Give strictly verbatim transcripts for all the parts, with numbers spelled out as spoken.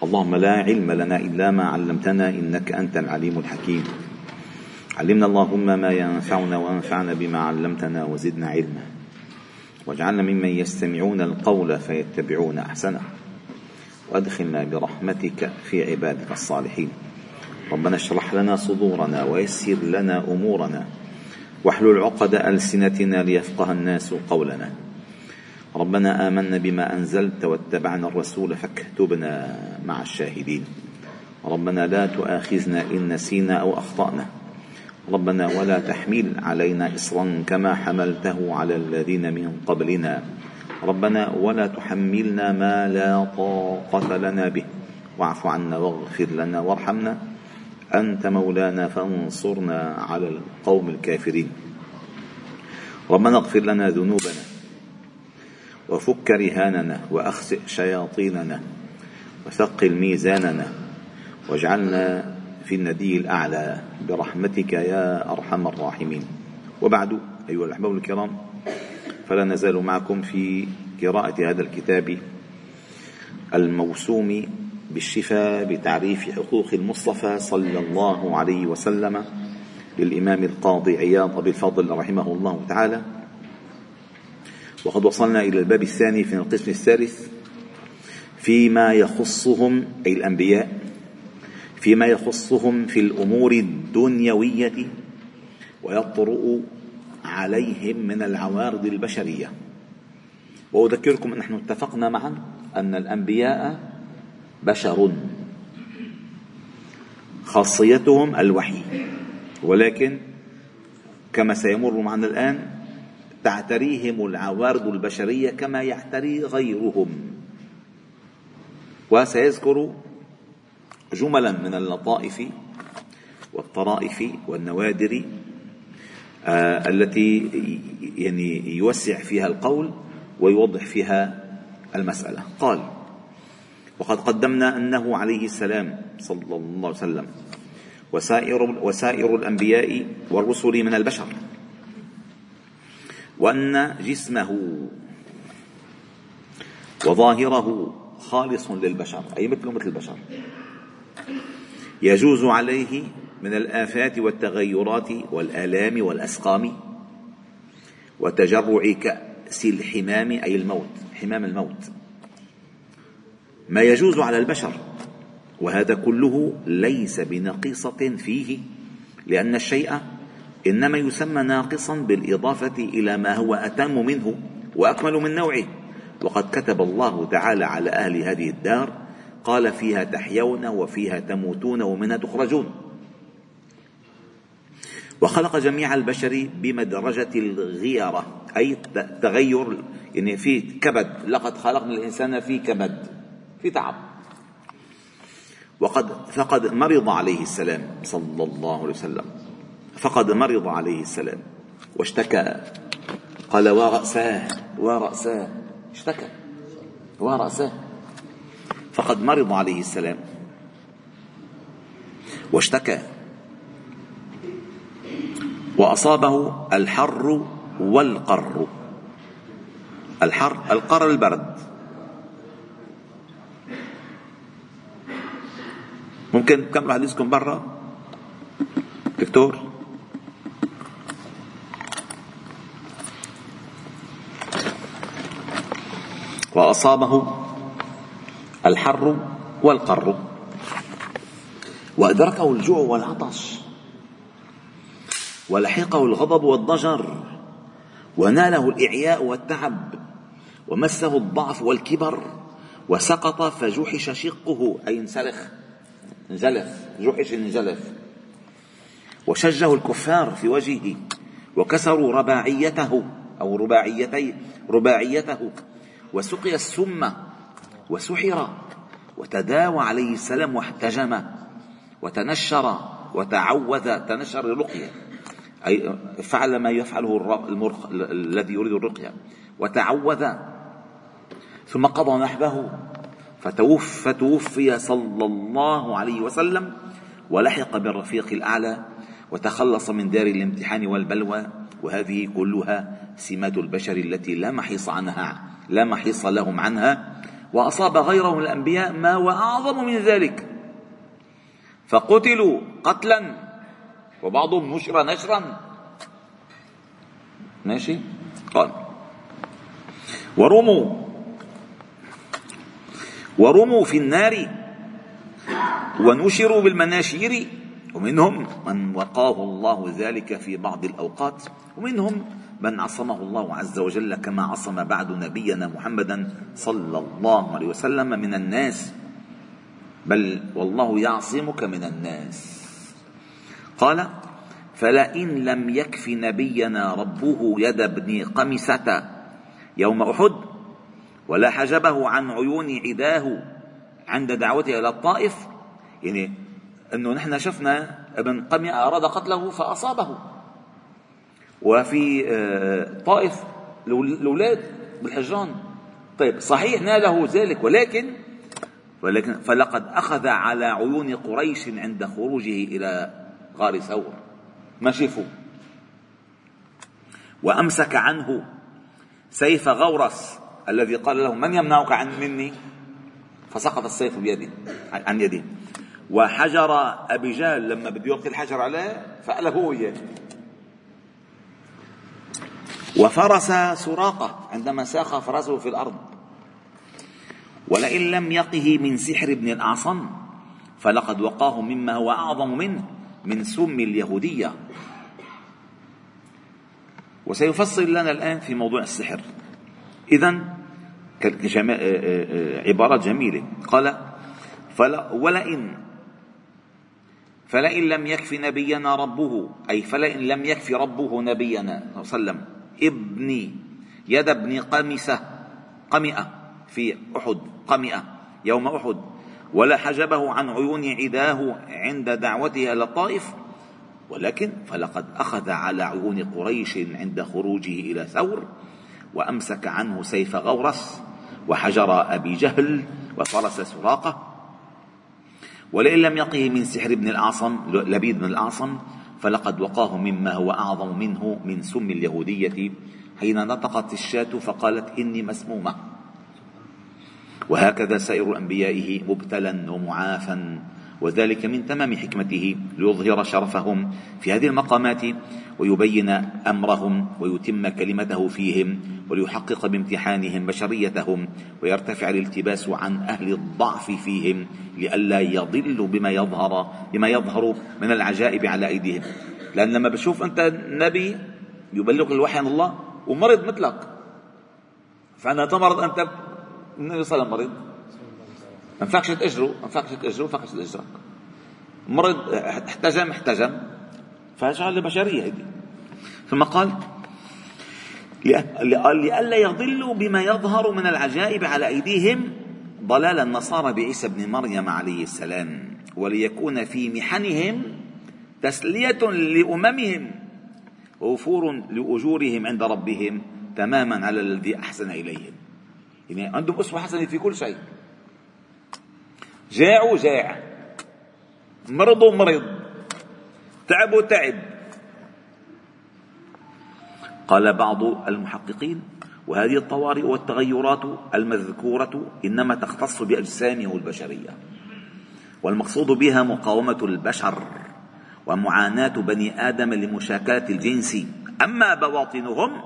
اللهم لا علم لنا إلا ما علمتنا إنك أنت العليم الحكيم. علمنا اللهم ما ينفعنا وانفعنا بما علمتنا وزدنا علما، واجعلنا ممن يستمعون القول فيتبعون أحسنه، وادخلنا برحمتك في عبادك الصالحين. ربنا اشرح لنا صدورنا ويسر لنا أمورنا واحلل عقد ألسنتنا ليفقه الناس قولنا. ربنا آمنا بما أنزلت واتبعنا الرسول فاكتبنا مع الشاهدين. ربنا لا تؤاخذنا إن نسينا أو أخطأنا. ربنا ولا تحمل علينا إصرا كما حملته على الذين من قبلنا. ربنا ولا تحملنا ما لا طاقة لنا به، واعف عنا واغفر لنا وارحمنا، أنت مولانا فانصرنا على القوم الكافرين. ربنا اغفر لنا ذنوبنا وفك رهاننا وأخسئ شياطيننا وثقل ميزاننا، واجعلنا في الندي الأعلى برحمتك يا أرحم الراحمين. وبعد، أيها الأحباب الكرام، فلا نزال معكم في قراءة هذا الكتاب الموسوم بالشفاء بتعريف حقوق المصطفى صلى الله عليه وسلم للإمام القاضي عياض أبي الفضل رحمه الله تعالى. وقد وصلنا إلى الباب الثاني في القسم الثالث فيما يخصهم أي الأنبياء فيما يخصهم في الأمور الدنيوية ويطرؤ عليهم من العوارض البشرية. وأذكركم أن نحن اتفقنا معا أن الأنبياء بشر خاصيتهم الوحي، ولكن كما سيمر معنا الآن تعتريهم العوارض البشرية كما يعتري غيرهم. وسيذكر جملا من اللطائف والطرائف والنوادر آه التي يعني يوسع فيها القول ويوضح فيها المسألة. قال: وقد قدمنا أنه عليه السلام صلى الله عليه وسلم وسائر, وسائر الأنبياء والرسل من البشر، وأن جسمه وظاهره خالص للبشر أي مثل مثل البشر، يجوز عليه من الآفات والتغيرات والآلام والأسقام وتجرع كأس الحمام أي الموت، حمام الموت، ما يجوز على البشر، وهذا كله ليس بنقيصة فيه، لأن الشيء إنما يسمى ناقصا بالإضافة إلى ما هو أتم منه وأكمل من نوعه. وقد كتب الله تعالى على أهل هذه الدار قال: فيها تحيون وفيها تموتون ومنها تخرجون. وخلق جميع البشر بمدرجة الغيرة أي تغير، يعني في كبد، لقد خلقنا الإنسان في كبد، في تعب. وقد فقد مرض عليه السلام صلى الله عليه وسلم فقد مرض عليه السلام واشتكى، قال: ورأساه ورأساه، اشتكى ورأساه. فقد مرض عليه السلام واشتكى، وأصابه الحر والقر. الحر القر البرد. ممكن كم حديثكم برا دكتور؟ وأصابه الحر والقر وأدركه الجوع والعطش ولحقه الغضب والضجر وناله الإعياء والتعب ومسه الضعف والكبر وسقط فجحش شقه أي انسلخ انجلف، جحش انجلف، وشجه الكفار في وجهه وكسروا رباعيته أو رباعيتي رباعيته وسقي السم وسحر وتداوى عليه السلام واحتجم وتنشر وتعوذ. تنشر الرقية أي فعل ما يفعله المرق الذي يريد الرقية، وتعوذ ثم قضى نحبه فتوفى توفي صلى الله عليه وسلم ولحق بالرفيق الأعلى وتخلص من دار الامتحان والبلوى. وهذه كلها سمات البشر التي لا محيص عنها لا محيص لهم عنها، وأصاب غيرهم من الأنبياء ما هو أعظم من ذلك، فقتلوا قتلا وبعضهم نشر نشرا. ماشي. قال ورموا ورموا في النار ونشروا بالمناشير، ومنهم من وقاه الله ذلك في بعض الأوقات، ومنهم من عصمه الله عز وجل كما عصم بعد نبينا محمدا صلى الله عليه وسلم من الناس، بل والله يعصمك من الناس. قال فلئن لم يكف نبينا ربه يد ابن قمسة يوم أحد ولا حجبه عن عيون عداه عند دعوته إلى الطائف، يعني أنه نحن شفنا ابن قمئة أراد قتله فأصابه، وفي طائف الأولاد بالحجران. طيب صحيح ناله ذلك، ولكن ولكن فلقد أخذ على عيون قريش عند خروجه إلى غار ثور، ما شافوا، وأمسك عنه سيف غورس الذي قال له من يمنعك عن مني، فسقط السيف بيده عن يده. وحجر أبي جهل لما بده يلقي الحجر عليه فقلب هو إياه. وفرس سراقة عندما ساق فرسه في الأرض. ولئن لم يقه من سحر ابن الأعصم فلقد وقاه مما هو أعظم منه من سم اليهودية. وسيفصل لنا الآن في موضوع السحر. إذن عبارات جميلة. قال فلا ولئن فلئن لم يكف نبينا ربه، أي فلئن لم يكف ربه نبينا صلى الله عليه وسلم ابني يد ابن قمسة قمئة في أحد قمئة يوم أحد ولا حجبه عن عيون عداه عند دعوته إلى الطائف، ولكن فلقد أخذ على عيون قريش عند خروجه إلى ثور، وأمسك عنه سيف غورس وحجر أبي جهل وفرس سراقة. ولئن لم يقه من سحر ابن الأعصم لبيد بن الأعصم فلقد وقاه مما هو أعظم منه من سم اليهودية حين نطقت الشاة فقالت إني مسمومة. وهكذا سائر أنبيائه مبتلا ومعافا، وذلك من تمام حكمته ليظهر شرفهم في هذه المقامات ويبين أمرهم ويتم كلمته فيهم وليحقق بامتحانهم بشريتهم ويرتفع الالتباس عن أهل الضعف فيهم لئلا يضلوا بما يظهر بما يظهر من العجائب على أيديهم. لأن لما بشوف أنت نبي يبلغ الوحي عن الله ومرض مثلك، فأنا تمرض أنت النبي صلى الله عليه وسلم مريض، ما فاكش تأجره ما فاكش تأجره فاكش تأجرك، مرض احتجم احتجم، فشغل بشرية هذه. ثم قال لئلا يضلوا بما يظهر من العجائب على أيديهم ضلال النصارى بعيسى بن مريم عليه السلام، وليكون في محنهم تسلية لأممهم ووفور لأجورهم عند ربهم تماما على الذي أحسن إليهم. يعني عندهم أسوة حسنة في كل شيء، جاعوا جاع، مرضوا مرض، تعبوا تعب. قال بعض المحققين وهذه الطوارئ والتغيرات المذكورة إنما تختص بأجسامه البشرية، والمقصود بها مقاومة البشر ومعاناة بني آدم لمشاكلة الجنس. أما بواطنهم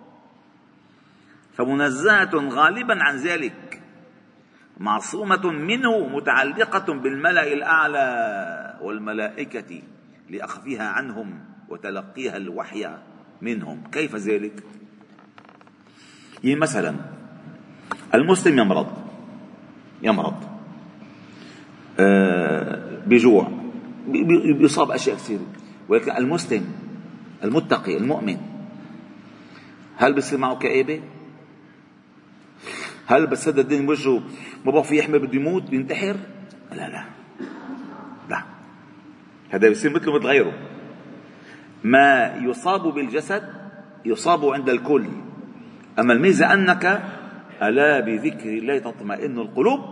فمنزهة غالبا عن ذلك، معصومة منه، متعلقة بالملأ الأعلى والملائكة لأخفيها عنهم وتلقيها الوحي منهم. كيف ذلك؟ يعني مثلا المسلم يمرض يمرض آه بجوع، بيصاب أشياء كثيرة، ولكن المسلم المتقي المؤمن هل بصير معه كآبة؟ هل بسد الدين وجهه ما بقى في يحمل بده يموت بينتحر؟ لا لا لا، هذا بيصير مثله مثل غيره. ما يصاب بالجسد يصاب عند الكل، أما الميزة أنك ألا بذكر الله تطمئن القلوب.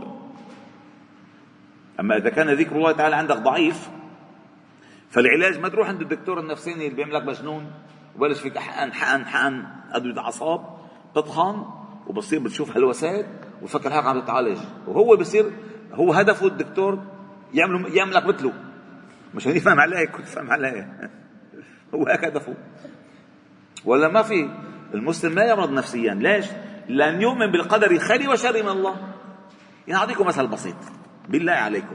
أما إذا كان ذكر الله تعالى عندك ضعيف فالعلاج ما تروح عند الدكتور النفساني اللي بيعملك مجنون وبلش فيك حقن حقن حقن أدوية أعصاب تطخن وبصير بتشوف هلوسات وفكر الحلقة عم تتعالج، وهو بصير هو هدفه الدكتور يعمل يعملك مثله، مشان يفهم عليك وتفهم عليه. هو هيك هدفه. ولا ما في المسلم لا يمرض نفسيا. ليش؟ لأن يؤمن بالقدر خير وشر من الله. يعني أعطيكم مثل بسيط بالله عليكم.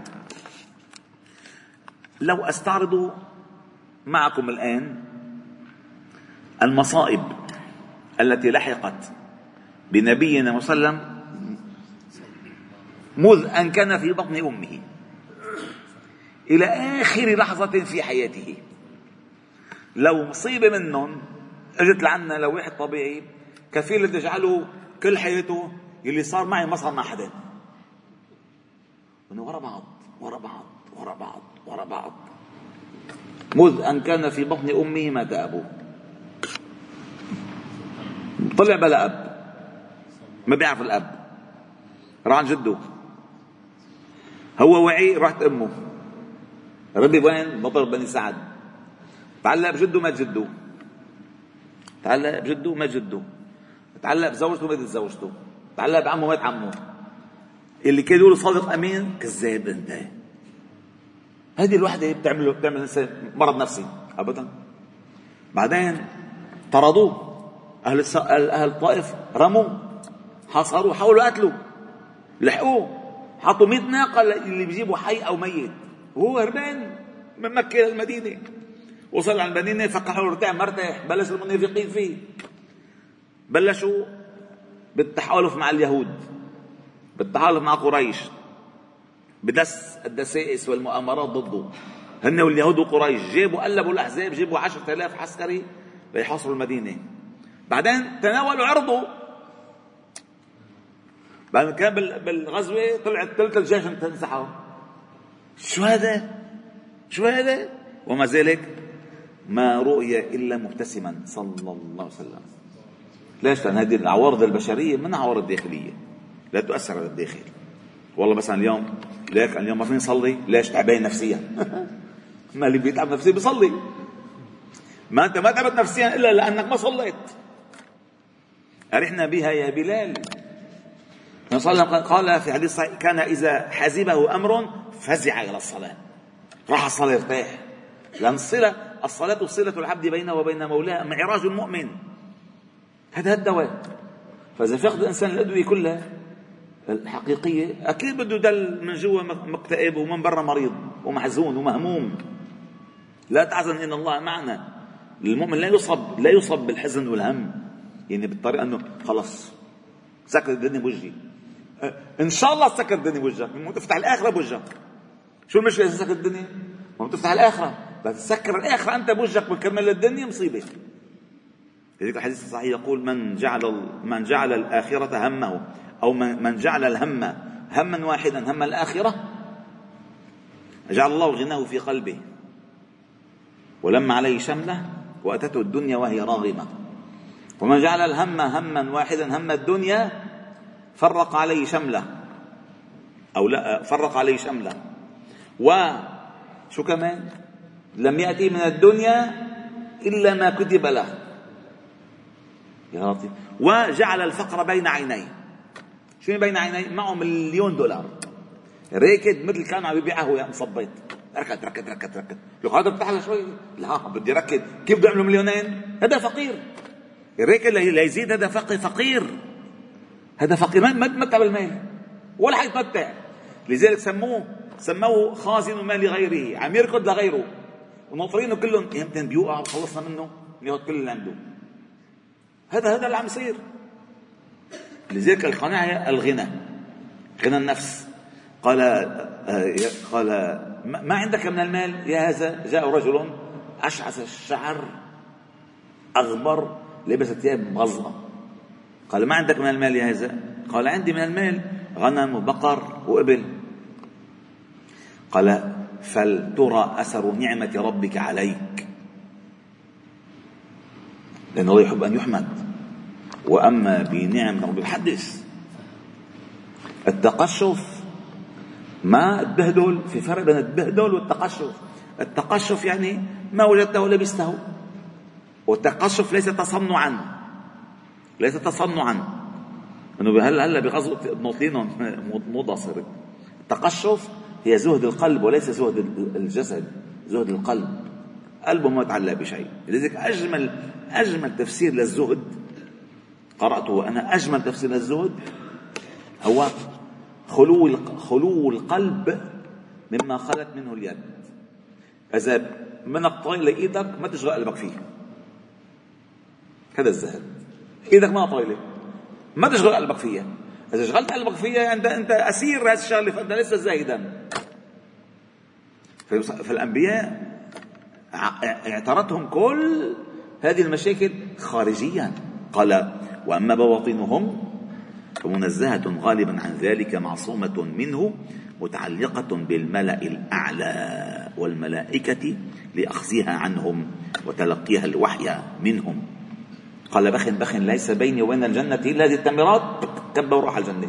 لو أستعرض معكم الآن المصائب التي لحقت بنبينا صلى الله عليه وسلم مذ أن كان في بطن أمه إلى آخر لحظة في حياته، لو مصيبة منهم اجت لعنا لو واحد طبيعي كفيل تجعله كل حياته اللي صار معي ما صار مع حدا، انه ورا بعض ورا بعض ورا بعض ورا بعض. مذ ان كان في بطن امه مات ابوه، طلع بلا اب، ما بيعرف الاب، راح عن جده، هو وعي راحت امه، ربي وين؟ بطل بني سعد، تعلق بجده مات جده، تعلق بجده مات جده، تعلق بزوجته ماتت زوجته، تعلق بعمه مات عمه. اللي كان يقول صادق امين كذاب انت. هذه الوحده بتعمل بتعمل انسان مرض نفسي ابدا. بعدين طردوه اهل الس... اهل الطائف، رموه، حاصروه، حاولوا قتلوا، لحقوه، حطوا مئة ناقه اللي بيجيبوا حي او ميت، وهو هربان من مكه للمدينه. وصل على المدينه فكحوا ارتاح مرتاح، بلش المنافقين فيه، بلشوا بالتحالف مع اليهود، بالتحالف مع قريش، بدس الدسائس والمؤامرات ضده. هن واليهود وقريش جابوا قلبوا الاحزاب، جابوا عشرة آلاف عسكري ليحاصروا المدينه. بعدين تناولوا عرضه، بعد كان بالغزوه طلعت ثلث الجيش انسحبوا. شو هذا؟ شو هذا؟ وما ذلك ما رؤي الا مبتسما صلى الله عليه وسلم. ليش؟ لأن هذه العوارض البشرية من عوارض داخلية لا تؤثر على الداخل. والله مثلا اليوم ليك اليوم ما فيني نصلي، ليش؟ تعبان نفسيا. ما اللي بيتعب نفسيا بيصلي، ما أنت ما تعبت نفسيا إلا لأنك ما صليت. أرحنا بها يا بلال. صلى الله عليه وسلم قال في حديث صحيح كان إذا حزبه أمر فزع إلى الصلاة، راح الصلاة يرتاح. لأن الصلة الصلاة صلة العبد بينه وبين مولاه، معراج المؤمن، هذا الدواء. فإذا فقد الإنسان الأدوية كلها الحقيقية أكيد بده دل من جوا مكتئب ومن برا مريض ومحزون ومهموم. لا تحزن إن الله معنا. المؤمن لا يصب لا يصب بالحزن والهم، يعني بالطريقة أنه خلص سكر الدنيا بوجهي. إن شاء الله سكر الدنيا بوجهك، مو تفتح الآخرة بوجهك. شو المشكلة إذا سكر الدنيا؟ مو تفتح الآخرة، بس تسكر الآخرة أنت بوجهك من كرمال الدنيا مصيبة. لذلك الحديث الصحيح يقول من جعل من جعل الآخرة همه، أو من جعل الهم هما واحدا هم الآخرة جعل الله غناه في قلبه ولما عليه شمله وأتته الدنيا وهي راغمة. ومن جعل الهم هما واحدا هم الدنيا فرق عليه شمله، أو لا فرق عليه شمله. وشو كمان؟ لم يأتي من الدنيا إلا ما كتب له. يا لطيف. وجعل الفقر بين عينيه. شو بين عينيه؟ معه مليون دولار ركض مثل كان عم يبيعه يا مصبيت، ركض ركض ركض ركض. لو هذا بتحلى شوي، لا بدي ركض. كيف بده يعملوا مليونين؟ هذا فقير. الركض ليزيد هذا فقير فقير هذا فقير ما متمتع بالمال ولا حيتمتع. لذلك سموه سموه خازن مال غيره، عم يركض لغيره. وناطرينه كلهم يمكن بيوقع وخلصنا منه ياخذ كل اللي عنده. هذا هذا اللي عم يصير. لذلك القناعة الغنى، غنى النفس. قال قال ما عندك من المال يا هذا؟ جاء رجل أشعث الشعر أغبر لبس ثياب مغلظة. قال ما عندك من المال يا هذا؟ قال عندي من المال غنم وبقر وإبل. قال فلترى أثر نعمة ربك عليك، لأن الله يحب أن يحمد. وأما بنعم ربك حدث. التقشف ما تبهدل، في فرق بين التبهدل والتقشف. التقشف يعني ما وجدته لبسته، والتقشف ليس تصنعا ليس تصنعا انه هلا هلا بغزوه نوطينهم موضه صارت. التقشف هي زهد القلب وليس زهد الجسد، زهد القلب، قلبه ما يتعلق بشيء. لذلك اجمل اجمل تفسير للزهد قراته انا، اجمل تفسير للزهد هو خلو خلو القلب مما خلت منه اليد. اذا منك طايله ايدك ما تشغل قلبك فيه، هذا الزهد. ايدك ما طايله ما تشغل قلبك فيها، اذا شغلت قلبك فيها انت انت اسير هذه الشغله، فانت لسه زاهدا. فالانبياء اعترتهم كل هذه المشاكل خارجيا. قال واما بواطنهم فمنزهة غالبا عن ذلك، معصومة منه، متعلقة بالملأ الأعلى والملائكة لأخذها عنهم وتلقيها الوحي منهم. قال بخ بخ ليس بيني وبين الجنة إلا هذه التمرات، كب وراح الجنة.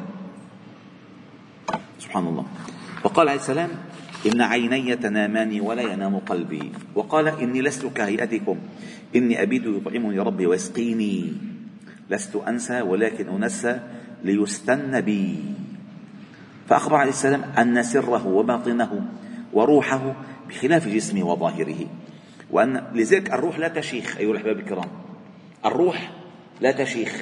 سبحان الله. وقال عليه السلام إن عيني تنامان ولا ينام قلبي. وقال إني لست كهيئتكم، إني أبيت يطعمني ربي ويسقيني، لست أنسى ولكن أنسى ليستن بي. فأخبر عليه السلام أن سره وباطنه وروحه بخلاف جسمه وظاهره، وأن لذلك الروح لا تشيخ. أيها الأحباب الكرام، الروح لا تشيخ،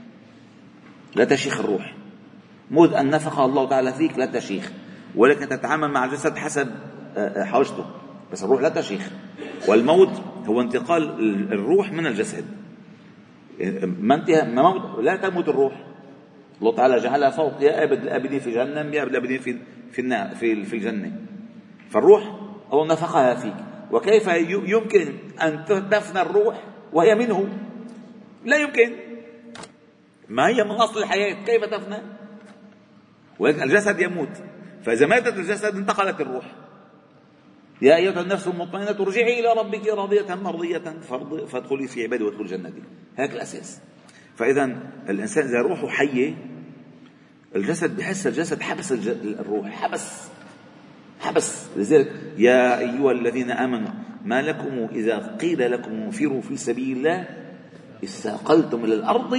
لا تشيخ الروح. مذ أن نفخ الله تعالى فيك لا تشيخ، ولكن تتعامل مع الجسد حسب حاجته، بس الروح لا تشيخ. والموت هو انتقال الروح من الجسد. ما انتهى موت لا تموت الروح. الله تعالى جعلها فوق، يا أبد الآبدين في جهنم يا أبد الآبدين في في في في الجنة. فالروح الله نفخها فيك، وكيف يمكن أن تفنى الروح وهي منه؟ لا يمكن، ما هي من أصل الحياة، كيف تفنى؟ ولكن الجسد يموت، فإذا ماتت الجسد انتقلت الروح. يا أيها النفس المطمئنة ارجعي إلى ربك راضية مرضية فادخلي في عبادي وادخلي جنتي. هذا الأساس. فإذا الإنسان إذا روحه حية، الجسد بحس الجسد حبس الروح، حبس حبس. لذلك يا أيها الذين آمنوا ما لكم إذا قيل لكم انفروا في سبيل الله استثقلتم إلى الأرض،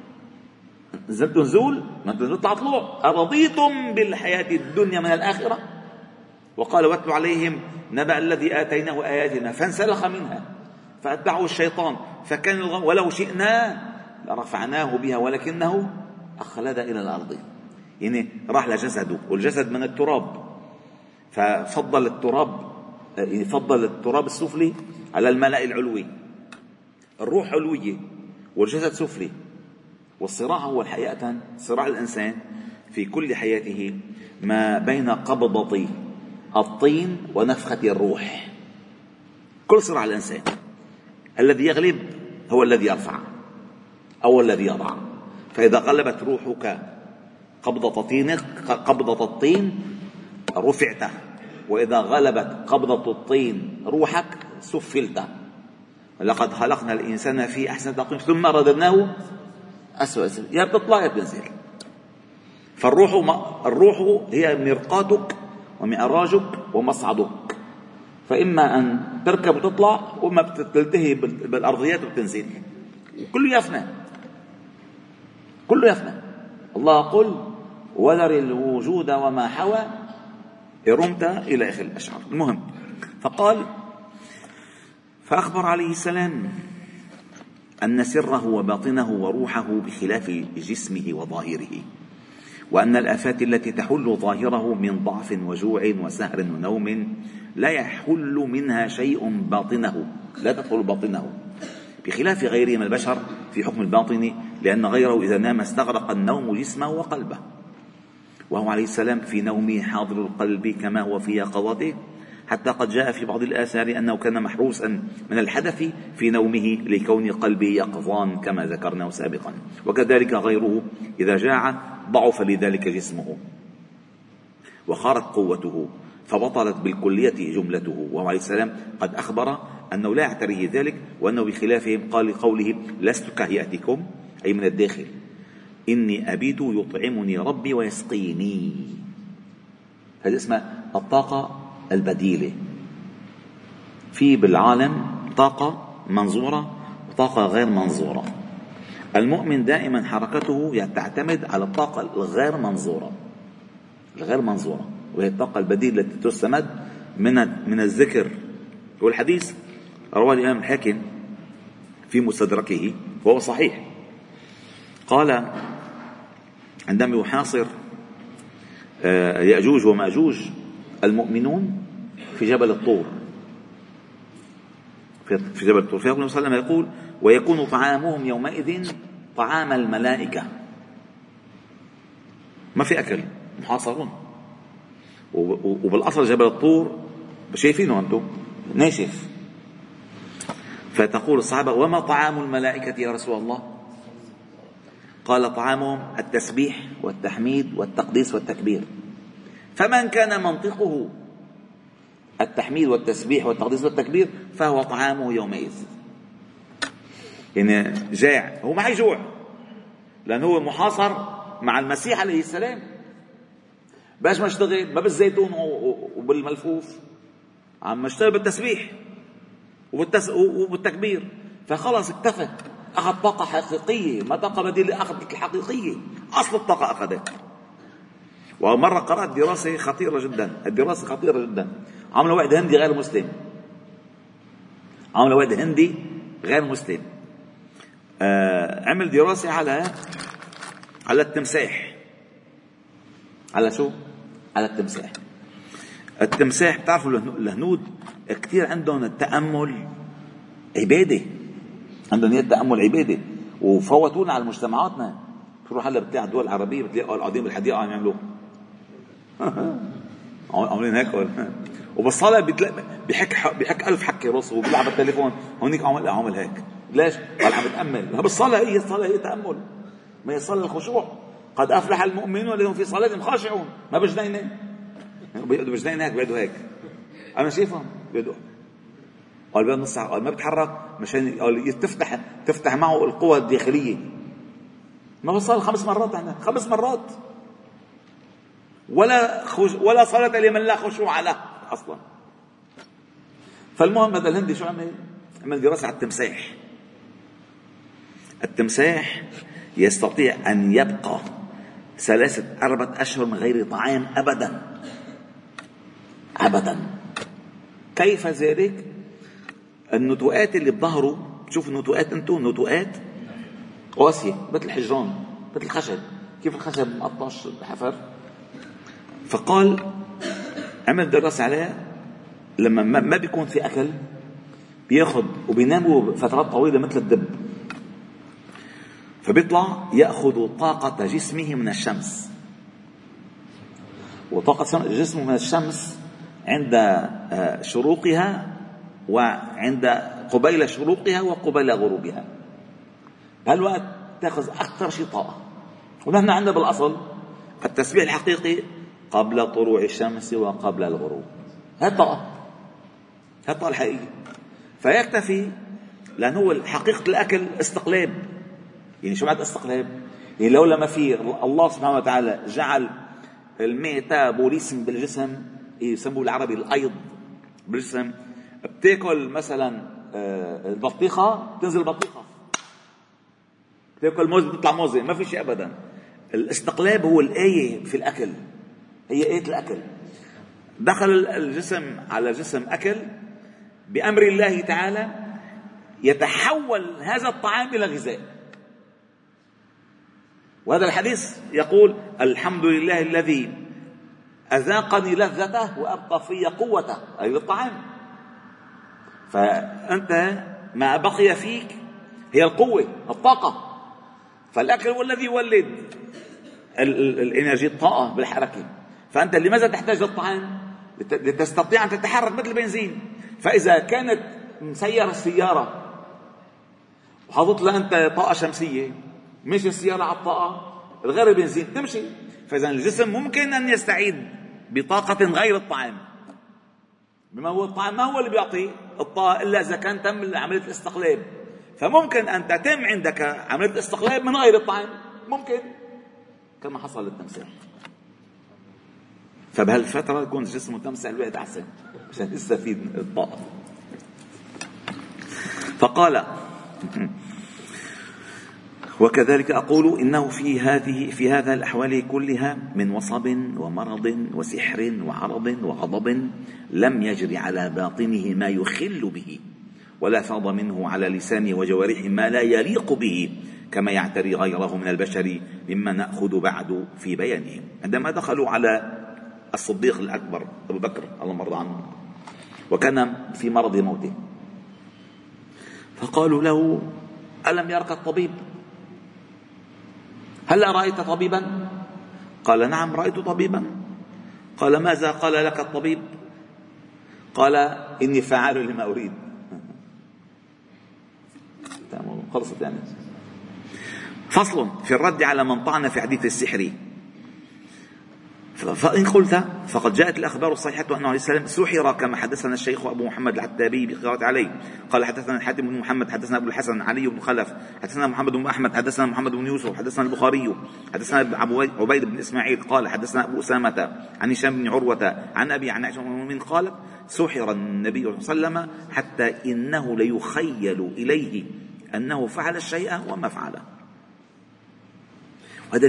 نزلتم نزول ما تطلع طلوع، أرضيتم بالحياة الدنيا من الآخرة. وقال واتلوا عليهم نبأ الذي آتيناه آياتنا فانسلخ منها فأتبعه الشيطان فكان ولو شئنا لرفعناه بها ولكنه أخلد إلى الأرض. يعني راح لجسده، والجسد من التراب، ففضل التراب يعني فضل التراب السفلي على الملأ العلوي. الروح علوية والجسد سفلي، والصراع هو الحقيقة صراع الإنسان في كل حياته ما بين قبضة الطين ونفخة الروح. كل صراع الإنسان الذي يغلب هو الذي يرفع أو الذي يضع. فإذا غلبت روحك قبضة طينك قبضة الطين رفعت، وإذا غلبت قبضة الطين روحك سفلت. لقد خلقنا الإنسان في أحسن تقويم ثم رددناه أسوأ سفل. يا بتطلع يا بتنزل. فالروح الروح هي مرقاتك ومعراجك ومصعدك، فإما أن تركب وتطلع وما بتلتهي بالأرضيات وبتنزل، وكله يفنى، كله يفنى. الله قل وذر الوجود وما حوى رمت إلى آخر الأشعار. المهم، فقال فأخبر عليه السلام أن سره وباطنه وروحه بخلاف جسمه وظاهره، وأن الآفات التي تحل ظاهره من ضعف وجوع وسهر ونوم لا يحل منها شيء باطنه، لا تدخل باطنه، بخلاف غيره من البشر في حكم الباطن، لأن غيره إذا نام استغرق النوم جسمه وقلبه، وهو عليه السلام في نومه حاضر القلب كما هو في يقظته، حتى قد جاء في بعض الآثار أنه كان محروسا من الحدث في نومه لكون قلبه يقظان كما ذكرناه سابقا. وكذلك غيره إذا جاع ضعف لذلك جسمه وخارت قوته فبطلت بالكلية جملته، وهو عليه السلام قد أخبر أنه لا يعتريه ذلك، وأنه بخلافهم قال قوله لست كهيئتكم أي من الداخل، إني أبيت يطعمني ربي ويسقيني. هذا اسمه الطاقة البديلة. في بالعالم طاقة منظورة وطاقة غير منظورة. المؤمن دائما حركته تعتمد على الطاقة الغير منظورة، الغير منظورة، وهي الطاقة البديلة التي تستمد من من الذكر. والحديث رواه الإمام الحاكم في مستدركه وهو صحيح، قال عندما يحاصر يأجوج ومأجوج المؤمنون في جبل الطور، في جبل الطور، فيقول صلى الله عليه وسلم يقول: ويكون طعامهم يومئذ طعام الملائكة. ما في أكل، محاصرون، وبالأصل جبل الطور شايفينه أنتم ناشف. فتقول الصحابة: وما طعام الملائكة يا رسول الله؟ قال: طعامهم التسبيح والتحميد والتقديس والتكبير، فمن كان منطقه التحميد والتسبيح والتقديس والتكبير فهو طعامه يومئذ. يعني جاع، هو ما هيجوع لأنه هو محاصر مع المسيح عليه السلام. باش ما اشتغل ما بالزيتون وبالملفوف، عم اشتغل بالتسبيح وبالتكبير، فخلص اكتفى، أخذ طاقة حقيقية، ما طاقة بديلة، أخذ الحقيقية، أصل الطاقة أخذها. ومرة قرأت دراسة خطيرة جدا، الدراسة خطيرة جدا، عملوا واحد هندي غير مسلم، عملوا واحد هندي غير مسلم آه عمل دراسة على على التمساح. على شو؟ على التمساح. التمساح بتعرفوا الهنود كتير عندهم التأمل عبادة، عندهم هي التأمل عبادة، وفوتونا على مجتمعاتنا. تروح هلا بتلاقي الدول العربية بتلاقي القاعدين بالحديقة عم يعملوا عاملين هيك، وبالصلاة بتلاقي بيحك بيحك ألف حكي راسه وبيلعب التليفون، هونيك عامل عامل هيك. ليش؟ قال عم بتأمل. بالصلاة هي الصلاة هي تأمل، ما هي الصلاة الخشوع. قد أفلح المؤمنون الذين في صلاتهم خاشعون. ما بجنين بيقعدوا بجنين هيك، بيقعدوا هيك، أنا شايفهم بيقعدوا. قال بين نص ساعة، قال ما بتحرك مشان قال تفتح تفتح معه القوى الداخلية. ما بصلي خمس مرات عندنا، خمس مرات، ولا خش ولا صلاة لمن لا خشوع له أصلا. فالمهم هذا الهندي شو عمل؟ عمل دراسة على التمساح. التمساح يستطيع أن يبقى ثلاثة أربعة أشهر من غير طعام أبدا أبدا. كيف ذلك؟ النتوءات اللي بظهره، شوف النتوءات انتم، نتوءات قاسية مثل الحجران، مثل الخشب، كيف الخشب مقطش بحفر. فقال عمل دراسة عليها، لما ما بيكون في أكل بياخد وبيناموا فترات طويلة مثل الدب، فبيطلع يأخذ طاقة جسمه من الشمس. وطاقة جسمه من الشمس عند شروقها وعند قبيل شروقها وقبيل غروبها، بهالوقت تأخذ أكثر شيء طاقة. ونحن عندنا بالأصل التسبيح الحقيقي قبل طلوع الشمس وقبل الغروب، هذه الطاقة، هذه الطاقة الحقيقية. فيكتفي، لأنه هو حقيقة الأكل استقلاب. يعني شو معنى استقلاب؟ يعني لو لما في الله سبحانه وتعالى جعل الميتابوليزم بالجسم، يسموه بالعربي الأيض بالجسم، بتاكل مثلا البطيخة تنزل البطيخة، تاكل موز بتطلع موزة، ما في شيء أبدا. الاستقلاب هو الآية في الأكل، هي آية الأكل. دخل الجسم على جسم أكل بأمر الله تعالى، يتحول هذا الطعام إلى غذاء. وهذا الحديث يقول: الحمد لله الذي أذاقني لذته وأبقى في قوته، أي الطعام. فأنت ما بقي فيك هي القوة، الطاقة. فالأكل هو الذي يولد الإنرجي، الطاقة بالحركة. فأنت لماذا تحتاج للطعام؟ لتستطيع أن تتحرك مثل البنزين. فإذا كانت مسيرة السيارة وحاطط لها أنت طاقة شمسية، مش السيارة على الطاقة غير البنزين تمشي. فإذا الجسم ممكن أن يستعيد بطاقة غير الطعام، بما هو الطعام ما هو اللي بيعطي الطاقة إلا إذا كان تم عملية الاستقلاب. فممكن أن تتم عندك عملية الاستقلاب من غير الطعام، ممكن، كما حصل للتمساح. فبهالفترة يكون الجسم متمسح الوقت أحسن عشان يستفيد من الطاقة. فقال وكذلك أقول إنه في هذه في هذا الأحوال كلها من وصب ومرض وسحر وعرض وغضب لم يجري على باطنه ما يخل به، ولا فاض منه على لسانه وجوارحه ما لا يليق به، كما يعتري غيره من البشر مما نأخذ بعد في بيانه. عندما دخلوا على الصديق الأكبر أبو بكر اللهم ارضى عنه، وكان في مرض موته، فقالوا له: ألم يرك الطبيب؟ هل رأيت طبيبا؟ قال: نعم رأيت طبيبا. قال: ماذا قال لك الطبيب؟ قال: إني فعال لما أريد. خلصت يعني. فصل في الرد على من طعن في حديث السحر. فإن قلت فقد جاءت الأخبار الصحيحة أنه عليه السلام سحر كما حدثنا الشيخ أبو محمد العتابي بقراءة عليه. قال: حدثنا الحاتم بن محمد حدثنا أبو الحسن علي بن خلف حدثنا محمد بن أحمد حدثنا محمد بن يوسف حدثنا البخاري حدثنا عبيد بن إسماعيل قال: حدثنا أبو أسامة عن هشام بن عروة عن أبي عن عائشة من قالت: سحر النبي صلى الله عليه وسلم حتى إنه ليخيل إليه أنه فعل الشيء وما فعله. هذا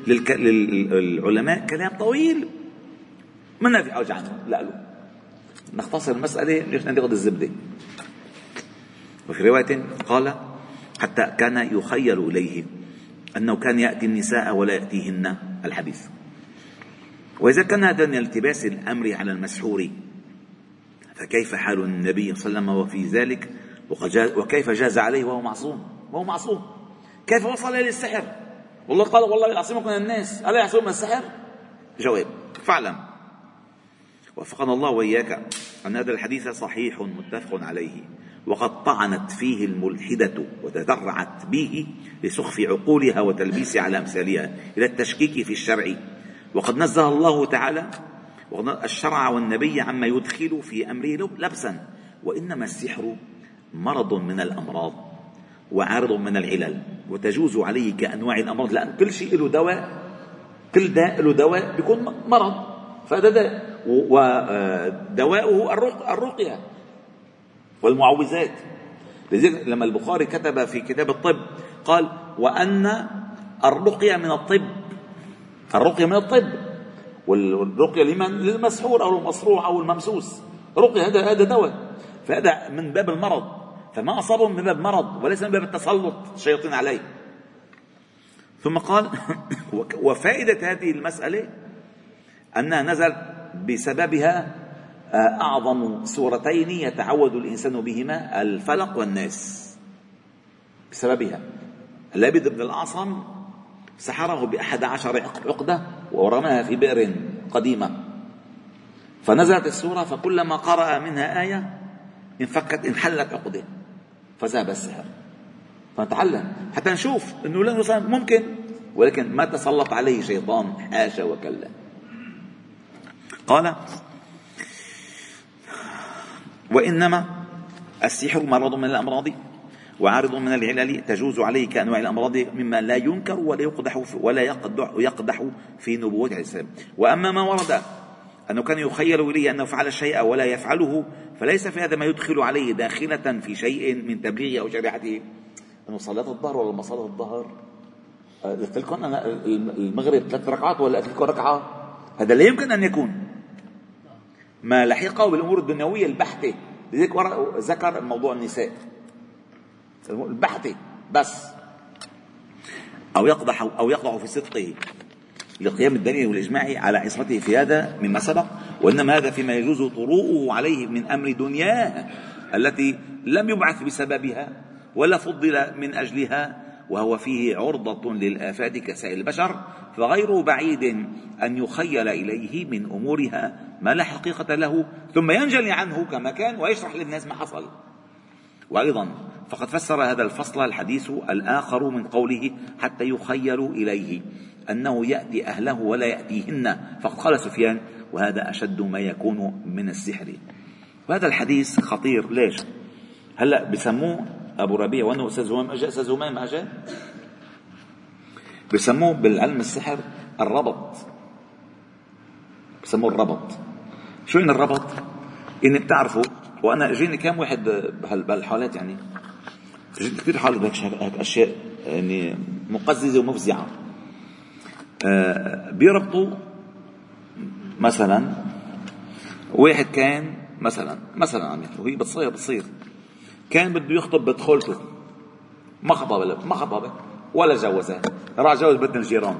للعلماء كلام طويل ما في حاجة عنه، لا له نختصر المسألة ليش ناخذ الزبدة. وفي رواية قال: حتى كان يخيل إليه أنه كان يأتي النساء ولا يأتيهن الحديث. وإذا كان هذا من التباس الأمر على المسحور، فكيف حال النبي صلى الله عليه وسلم وفي ذلك، وكيف جاز عليه وهو معصوم وهو معصوم كيف وصل إلى السحر؟ والله قال: والله يعصمك من الناس، ألا يعصمك من السحر؟ جواب: فاعلم وفقنا الله وإياك أن هذا الحديث صحيح متفق عليه، وقد طعنت فيه الملحدة وتدرعت به لسخف عقولها وتلبيس على أمثالها إلى التشكيك في الشرع. وقد نزه الله تعالى الشرع والنبي عما يدخل في أمره لبسا. وإنما السحر مرض من الأمراض وعارض من العلل، وتجوز عليه كأنواع الأمراض، لأن كل شيء له دواء، كل داء له دواء بيكون مرض، فهذا داء، ودواؤه الرقية والمعوذات. لذلك لما البخاري كتب في كتاب الطب قال: وأن الرقية من الطب، الرقية من الطب، والرقية لمن؟ للمسحور أو المصروع أو الممسوس، رقية هذا هذا دواء، فهذا من باب المرض، فما أصابهم من باب مرض وليس من باب التسلط الشياطين عليه. ثم قال: وفائدة هذه المسألة أنها نزل بسببها أعظم سورتين يتعوذ الإنسان بهما، الفلق والناس. بسببها لابد بن الأعصم سحره بأحد عشر عقدة ورماها في بئر قديمة، فنزلت السورة، فكلما قرأ منها آية انفكت انحلت عقده فذهب السحر. فنتعلم حتى نشوف أنه لا ممكن، ولكن ما تسلط عليه شيطان، حاشا وكلا. قال: وإنما السحر مرض من الأمراض وعارض من العلل، تجوز عليه كأنواع الأمراض مما لا ينكر ولا يقدح ولا يقدح, يقدح في نبوة الإسلام. وأما ما ورد أنه كان يخيل إليه أنه فعل الشيء ولا يفعله، فليس في هذا ما يدخل عليه داخلة في شيء من تبليغه أو شريعته. أنه صلاة الظهر ولا ما صلاة الظهر، قلت لكم أنا المغرب ثلاث ركعات ولا قلت لكم ركعة، هذا لا يمكن أن يكون ما لحقه بالأمور الدنيوية البحتة. لذلك ذكر موضوع النساء البحتة بس، أو يقدح أو يقدح في صدقه لقيام الدليل والإجماع على عصمته في هذا مما سبق. وإنما هذا فيما يجوز طروؤه عليه من أمر دنياه التي لم يبعث بسببها ولا فضل من أجلها، وهو فيه عرضة للآفات كسائر البشر، فغير بعيد أن يخيل إليه من أمورها ما لا حقيقة له، ثم ينجلي عنه كما كان ويشرح للناس ما حصل. وأيضا فقد فسر هذا الفصل الحديث الآخر من قوله: حتى يخيل إليه أنه يأتي أهله ولا يأتيهن، فقد قال سفيان: وهذا أشد ما يكون من السحر. وهذا الحديث خطير. ليش؟ هلأ بسموه أبو ربيع وأنه أستاذ همام أجا، أستاذ همام أجا بسموه بالعلم السحر الربط، بسموه الربط. شو إن الربط؟ إني بتعرفوا، وأنا جيني كم واحد بهالحالات، يعني جيت كثير حالات هيك أشياء يعني مقززة ومفزعة. آه بيربطوا مثلا واحد كان مثلا مثلا عم وهي بتصير بتصير كان بده يخطب بنت خالته، ما خطب ما خطب ولا جوزها، راح جوز بنت الجيران.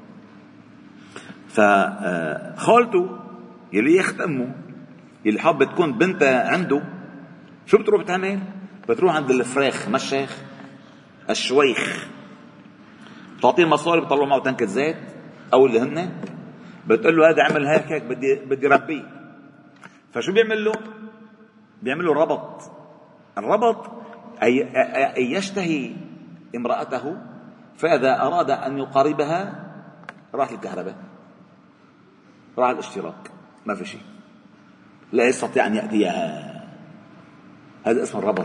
فخالته يلي يخت امه يلي حابه تكون بنتها عنده، شو بتروح بتعمل؟ بتروح عند الفراخ مشيخ الشويخ، بتعطيه مصاري بتطلعوا معه تنكة زيت او اللي هن، بتقول له هذا عمل هيك هيك بدي بدي ربيه. فشو بيعمل له؟ بيعمل له ربط. الربط أي, أي يشتهي امرأته، فإذا أراد أن يقاربها راح الكهرباء، راح الاشتراك، ما في شيء، لا يستطيع أن يأتيها. هذا اسمه الربط.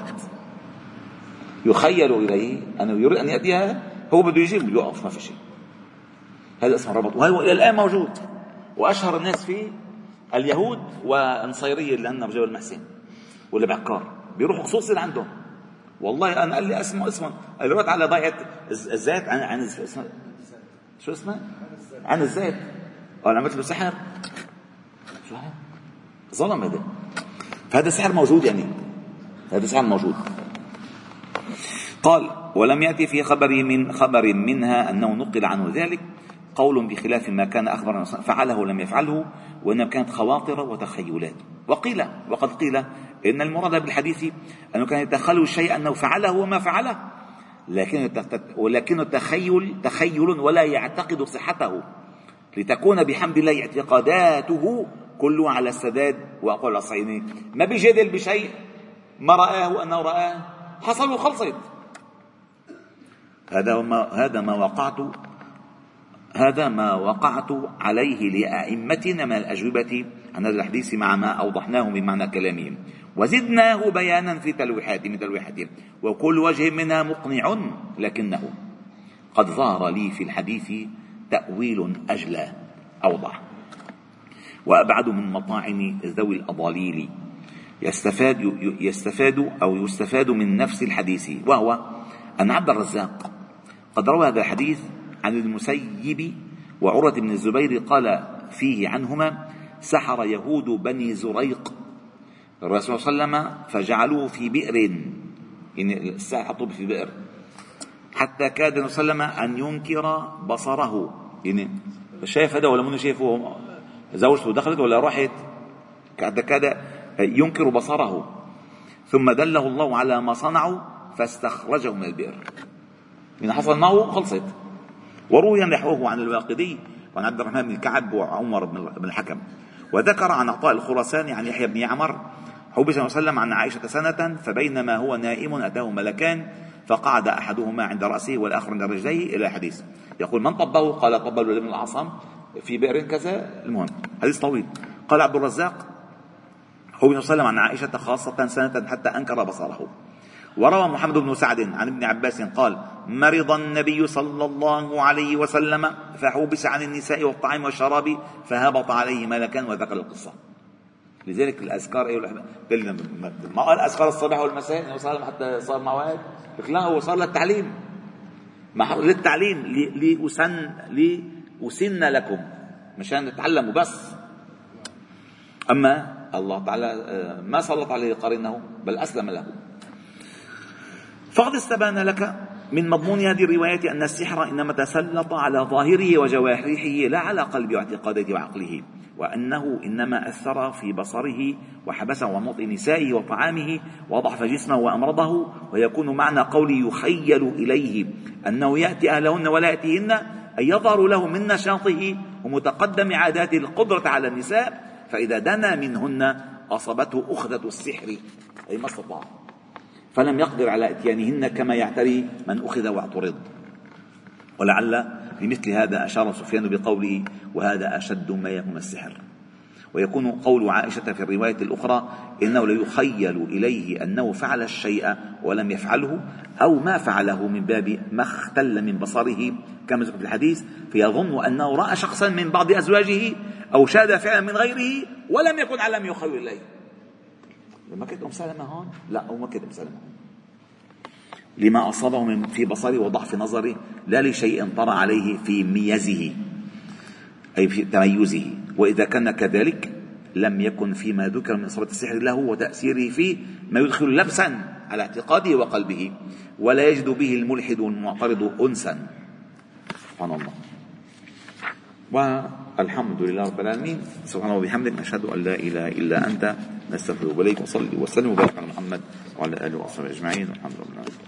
يخيل إليه أنه يريد أن يأتيها، هو بده يجيب يقف، ما في شيء. هذا اسمه الربط، وهو إلى الآن موجود. وأشهر الناس فيه اليهود والنصيرية اللي عندنا بجبل المحسن واللي بعكار، بيروحوا خصوصي لعندهم. والله أنا قال لي اسمه اسمه اللي رد على ضيعة الزيت عن عن اسمه شو اسمه عن الزيت، قال عملت له سحر. شو هذا؟ ظلم هذا. فهذا سحر موجود، يعني هذا سحر موجود. قال ولم يأتي في خبر من خبر منها أنه نقل عنه ذلك قول بخلاف ما كان أخبر فعله لم يفعله، وإنما كانت خواطر وتخيلات. وقيل وقد قيل إن المراد بالحديث أنه كان يتخيل شيء أنه فعله وما فعله، لكن ولكن التخيل تخيل ولا يعتقد صحته، لتكون بحمد الله اعتقاداته كله على السداد. وأقول الأصعيني ما بيجادل بشيء ما رآه وأنه رآه، حصل وخلصت. هذا ما هذا ما وقعت هذا ما وقعت عليه لأئمتنا من الأجوبة عن هذا الحديث مع ما أوضحناه من معنى كلامهم، وزدناه بيانا في تلويحات من تلويحاتهم، وكل وجه منها مقنع، لكنه قد ظهر لي في الحديث تأويل أجلى أوضح وأبعد من مطاعن ذوي الأضاليل يستفاد يستفاد أو يستفاد من نفس الحديث، وهو أن عبد الرزاق قد روى هذا الحديث عن المسيب وعروة بن الزبير قال فيه عنهما سحر يهود بني زريق الرسول صلى الله عليه وسلم فجعلوه في بئر، يعني الساحة في بئر، حتى كاد النبي صلى الله عليه وسلم أن ينكر بصره، يعني شايف هذا ولا منه شايفه، زوجته دخلت ولا راحت، كاد كاد ينكر بصره، ثم دله الله على ما صنعوا فاستخرجه من البئر، من حصل معه خلصت. وروي نحوه عن الواقدي وعن عبد الرحمن بن كعب وعمر بن الحكم. وذكر عن عطاء الخراساني عن يحيى بن يعمر حبس صلى الله عليه وسلم عن عائشة سنة، فبينما هو نائم أتاه ملكان فقعد أحدهما عند رأسه والآخر عند رجليه إلى حديث يقول من طبه؟ قال طبه لابن العاصم في بئر كذا. المهم حديث طويل. قال عبد الرزاق حبس صلى الله عليه وسلم عن عائشة خاصة سنة حتى أنكر بصره. وروى محمد بن سعد عن ابن عباس قال مرض النبي صلى الله عليه وسلم فحوبس عن النساء والطعام والشراب فهبط عليه ملكا، وذكر القصة. لذلك الأذكار أيها الأحباب ما قال أذكار الصباح والمساء صار حتى صار مواد، لا هو صار للتعليم، للتعليم لأسن لأسن لكم مشان نتعلموا بس. أما الله تعالى ما سلط عليه قرينه بل أسلم له. فقد استبان لك من مضمون هذه الرواية أن السحر إنما تسلط على ظاهره وجوارحه لا على قلبه واعتقاده وعقله، وأنه إنما أثر في بصره وحبسه عن موطئ نسائه وطعامه وضعف جسمه وأمرضه. ويكون معنى قوله يخيل إليه أنه يأتي أهلهن ولا يأتيهن أن يظهر له من نشاطه ومتقدم عاداته القدرة على النساء، فإذا دنا منهن أصابته أخذة السحر أي ما استطاع، فلم يقدر على اتيانهن كما يعتري من أخذ واعترض. ولعل لمثل هذا أشار سفيان بقوله وهذا أشد ما يكون السحر. ويكون قول عائشة في الرواية الأخرى إنه ليخيل إليه أنه فعل الشيء ولم يفعله أو ما فعله من باب ما اختل من بصره كما ذكر في الحديث، فيظن أنه رأى شخصا من بعض أزواجه أو شاهد فعلا من غيره ولم يكن علم يخيل إليه. ما كانت أم سلمة هون؟ لا، أو ما كانت أم سلمة. لما أصابه من في بصره وضعف نظره، لا لشيء طرأ عليه في ميزه أي في تميزه. وإذا كان كذلك لم يكن فيما ذكر من إصابة السحر له وتأثيره فيه ما يدخل لبسا على اعتقاده وقلبه، ولا يجد به الملحد المعترض أنسا. سبحان الله. والحمد لله رب العالمين. سبحانه وبحمدك، نشهد أن لا إله إلا أنت، نستغفرك وإليك، وصلي وسلم وبارك على محمد وعلى آله وصحبه أجمعين، والحمد لله.